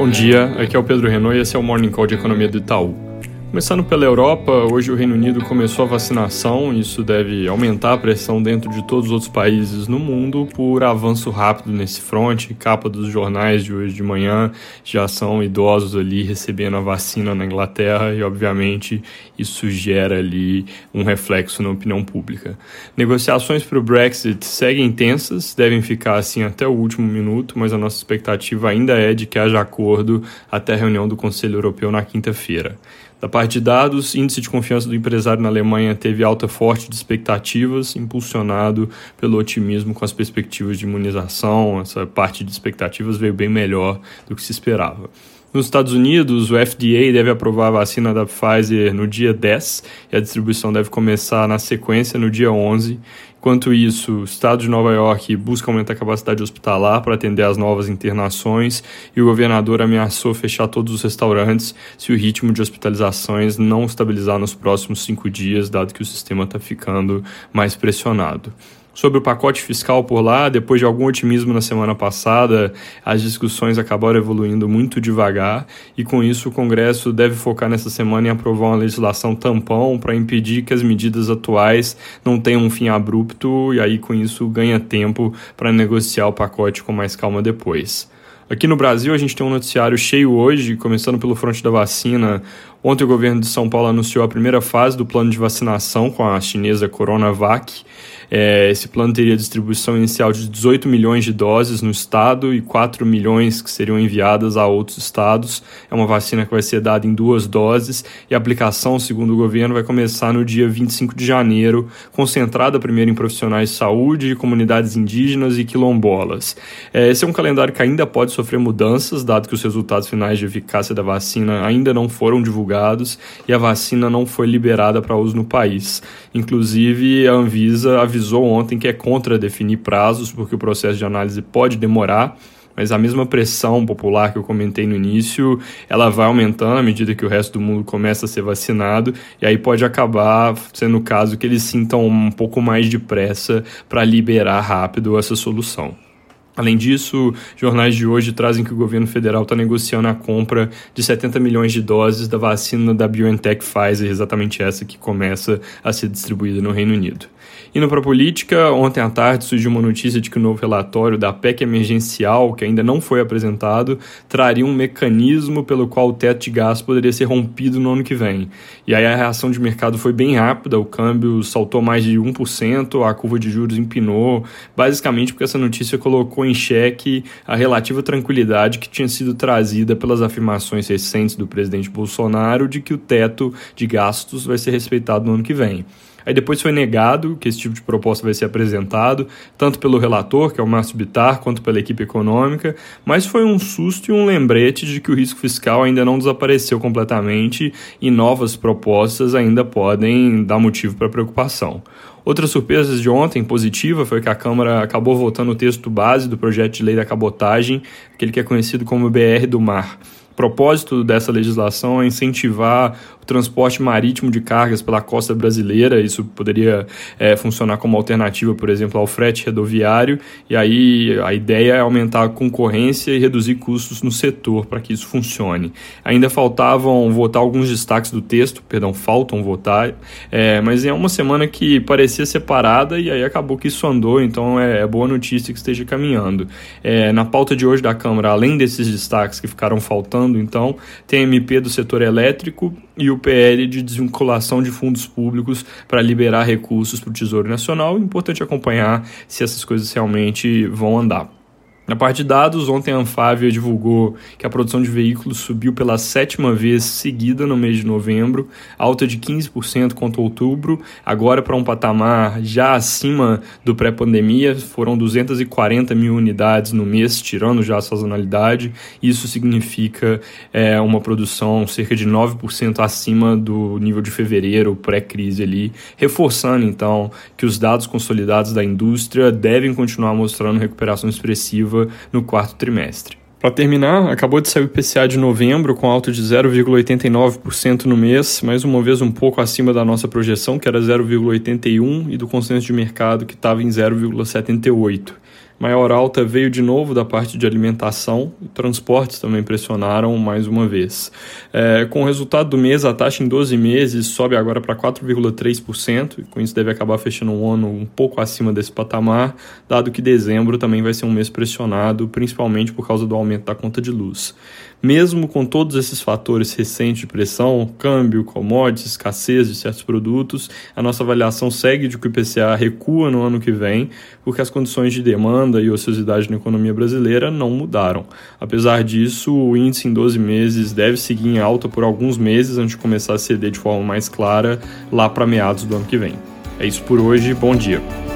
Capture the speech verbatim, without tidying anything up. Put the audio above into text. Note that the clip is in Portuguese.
Bom dia, aqui é o Pedro Renault e esse é o Morning Call de Economia do Itaú. Começando pela Europa, hoje o Reino Unido começou a vacinação, e isso deve aumentar a pressão dentro de todos os outros países no mundo por avanço rápido nesse fronte. Capa dos jornais de hoje de manhã já são idosos ali recebendo a vacina na Inglaterra e, obviamente, isso gera ali um reflexo na opinião pública. Negociações para o Brexit seguem intensas, devem ficar assim até o último minuto, mas a nossa expectativa ainda é de que haja acordo até a reunião do Conselho Europeu na quinta-feira. Da parte de dados, índice de confiança do empresário na Alemanha teve alta forte de expectativas, impulsionado pelo otimismo com as perspectivas de imunização. Essa parte de expectativas veio bem melhor do que se esperava. Nos Estados Unidos, o F D A deve aprovar a vacina da Pfizer no dia dez e a distribuição deve começar na sequência no dia onze. Enquanto isso, o estado de Nova York busca aumentar a capacidade hospitalar para atender às novas internações e o governador ameaçou fechar todos os restaurantes se o ritmo de hospitalizações não estabilizar nos próximos cinco dias, dado que o sistema está ficando mais pressionado. Sobre o pacote fiscal por lá, depois de algum otimismo na semana passada, as discussões acabaram evoluindo muito devagar e, com isso, o Congresso deve focar nessa semana em aprovar uma legislação tampão para impedir que as medidas atuais não tenham um fim abrupto e aí, com isso, ganha tempo para negociar o pacote com mais calma depois. Aqui no Brasil, a gente tem um noticiário cheio hoje, começando pelo fronte da vacina. Ontem o governo de São Paulo anunciou a primeira fase do plano de vacinação com a chinesa Coronavac. É, esse plano teria distribuição inicial de dezoito milhões de doses no estado e quatro milhões que seriam enviadas a outros estados. É uma vacina que vai ser dada em duas doses e a aplicação, segundo o governo, vai começar no dia vinte e cinco de janeiro, concentrada primeiro em profissionais de saúde, comunidades indígenas e quilombolas. É, esse é um calendário que ainda pode sofrer mudanças, dado que os resultados finais de eficácia da vacina ainda não foram divulgados e a vacina não foi liberada para uso no país. Inclusive, a Anvisa avisou ontem que é contra definir prazos, porque o processo de análise pode demorar, mas a mesma pressão popular que eu comentei no início, ela vai aumentando à medida que o resto do mundo começa a ser vacinado, e aí pode acabar sendo o caso que eles sintam um pouco mais de pressa para liberar rápido essa solução. Além disso, jornais de hoje trazem que o governo federal está negociando a compra de setenta milhões de doses da vacina da BioNTech Pfizer, exatamente essa que começa a ser distribuída no Reino Unido. Indo para a política, ontem à tarde surgiu uma notícia de que o novo relatório da P E C emergencial, que ainda não foi apresentado, traria um mecanismo pelo qual o teto de gastos poderia ser rompido no ano que vem. E aí a reação de mercado foi bem rápida, o câmbio saltou mais de um por cento, a curva de juros empinou, basicamente porque essa notícia colocou em xeque a relativa tranquilidade que tinha sido trazida pelas afirmações recentes do presidente Bolsonaro de que o teto de gastos vai ser respeitado no ano que vem. Aí depois foi negado que esse tipo de proposta vai ser apresentado, tanto pelo relator, que é o Márcio Bittar, quanto pela equipe econômica, mas foi um susto e um lembrete de que o risco fiscal ainda não desapareceu completamente e novas propostas ainda podem dar motivo para preocupação. Outras surpresas de ontem, positiva, foi que a Câmara acabou votando o texto base do projeto de lei da cabotagem, aquele que é conhecido como B R do Mar. O propósito dessa legislação é incentivar o transporte marítimo de cargas pela costa brasileira. Isso poderia é, funcionar como alternativa, por exemplo, ao frete rodoviário, e aí a ideia é aumentar a concorrência e reduzir custos no setor para que isso funcione. Ainda faltavam votar alguns destaques do texto, perdão, faltam votar, é, mas é uma semana que parecia separada e aí acabou que isso andou, então é, é boa notícia que esteja caminhando. É, na pauta de hoje da Câmara, além desses destaques que ficaram faltando, então, tem a M P do setor elétrico e o P L de desvinculação de fundos públicos para liberar recursos para o Tesouro Nacional. É importante acompanhar se essas coisas realmente vão andar. Na parte de dados, ontem a Anfávia divulgou que a produção de veículos subiu pela sétima vez seguida no mês de novembro, alta de quinze por cento contra outubro, agora para um patamar já acima do pré-pandemia, foram duzentas e quarenta mil unidades no mês, tirando já a sazonalidade. Isso significa é, uma produção cerca de nove por cento acima do nível de fevereiro, pré-crise ali, reforçando então que os dados consolidados da indústria devem continuar mostrando recuperação expressiva no quarto trimestre. Para terminar, acabou de sair o I P C A de novembro com alta de zero vírgula oitenta e nove por cento no mês, mais uma vez um pouco acima da nossa projeção, que era zero vírgula oitenta e um por cento, e do consenso de mercado, que estava em zero vírgula setenta e oito por cento. Maior alta veio de novo da parte de alimentação, e transportes também pressionaram mais uma vez. É, com o resultado do mês, a taxa em doze meses sobe agora para quatro vírgula três por cento, e com isso deve acabar fechando um ano um pouco acima desse patamar, dado que dezembro também vai ser um mês pressionado, principalmente por causa do aumento da conta de luz. Mesmo com todos esses fatores recentes de pressão, câmbio, commodities, escassez de certos produtos, a nossa avaliação segue de que o I P C A recua no ano que vem, porque as condições de demanda e ociosidade na economia brasileira não mudaram. Apesar disso, o índice em doze meses deve seguir em alta por alguns meses antes de começar a ceder de forma mais clara lá para meados do ano que vem. É isso por hoje, bom dia!